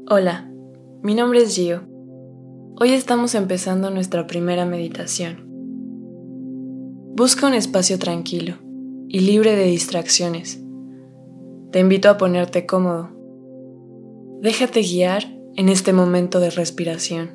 Hola, mi nombre es Gio. Hoy estamos empezando nuestra primera meditación. Busca un espacio tranquilo y libre de distracciones. Te invito a ponerte cómodo. Déjate guiar en este momento de respiración.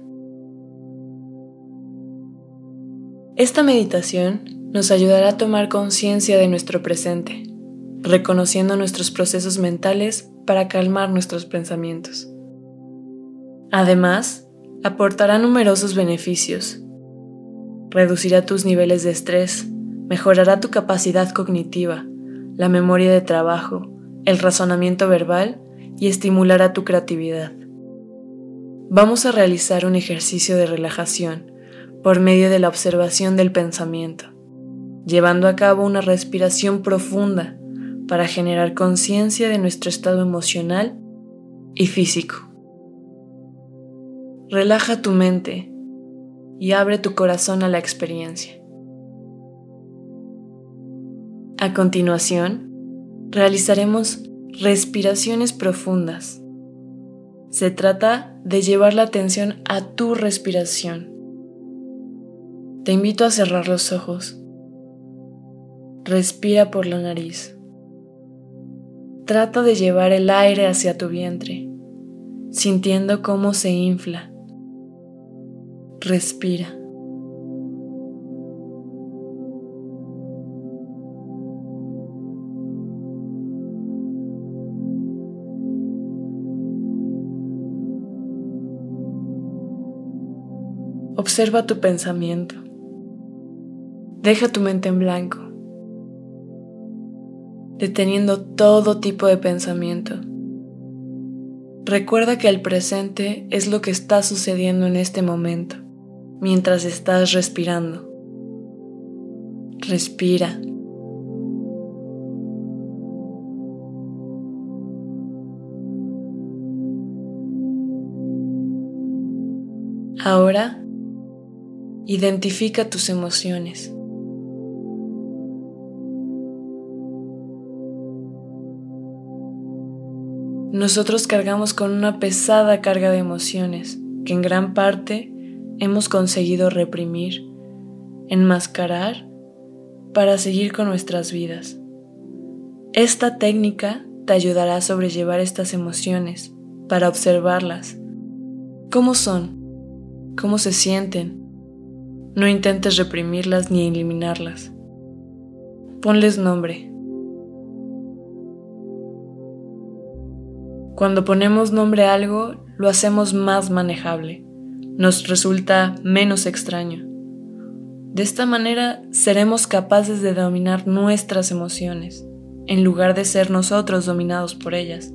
Esta meditación nos ayudará a tomar conciencia de nuestro presente, reconociendo nuestros procesos mentales para calmar nuestros pensamientos. Además, aportará numerosos beneficios. Reducirá tus niveles de estrés, mejorará tu capacidad cognitiva, la memoria de trabajo, el razonamiento verbal y estimulará tu creatividad. Vamos a realizar un ejercicio de relajación por medio de la observación del pensamiento, llevando a cabo una respiración profunda para generar conciencia de nuestro estado emocional y físico. Relaja tu mente y abre tu corazón a la experiencia. A continuación, realizaremos respiraciones profundas. Se trata de llevar la atención a tu respiración. Te invito a cerrar los ojos. Respira por la nariz. Trata de llevar el aire hacia tu vientre, sintiendo cómo se infla. Respira. Observa tu pensamiento. Deja tu mente en blanco, deteniendo todo tipo de pensamiento. Recuerda que el presente es lo que está sucediendo en este momento, mientras estás respirando. Respira. Ahora, identifica tus emociones. Nosotros cargamos con una pesada carga de emociones que en gran parte hemos conseguido reprimir, enmascarar para seguir con nuestras vidas. Esta técnica te ayudará a sobrellevar estas emociones, para observarlas. ¿Cómo son? ¿Cómo se sienten? No intentes reprimirlas ni eliminarlas. Ponles nombre. Cuando ponemos nombre a algo, lo hacemos más manejable. Nos resulta menos extraño. De esta manera, seremos capaces de dominar nuestras emociones, en lugar de ser nosotros dominados por ellas.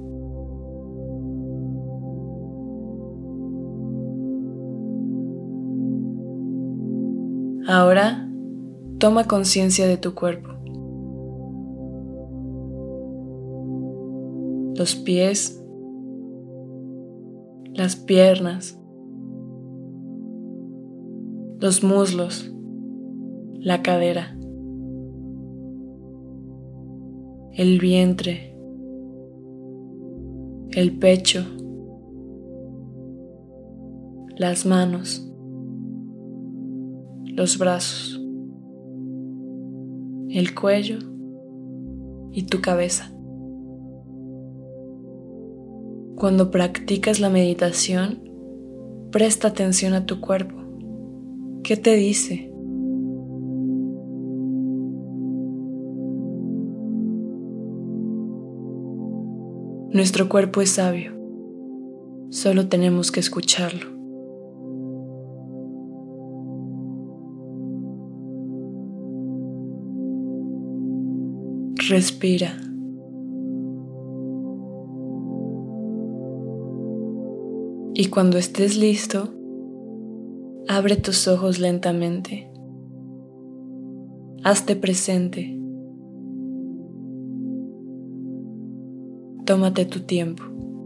Ahora, toma conciencia de tu cuerpo. Los pies, las piernas, los muslos, la cadera, el vientre, el pecho, las manos, los brazos, el cuello y tu cabeza. Cuando practicas la meditación, presta atención a tu cuerpo. ¿Qué te dice? Nuestro cuerpo es sabio. Solo tenemos que escucharlo. Respira. Y cuando estés listo, abre tus ojos lentamente. Hazte presente. Tómate tu tiempo.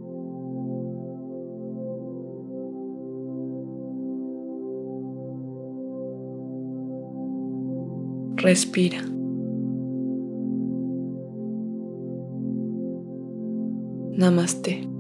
Respira. Namaste.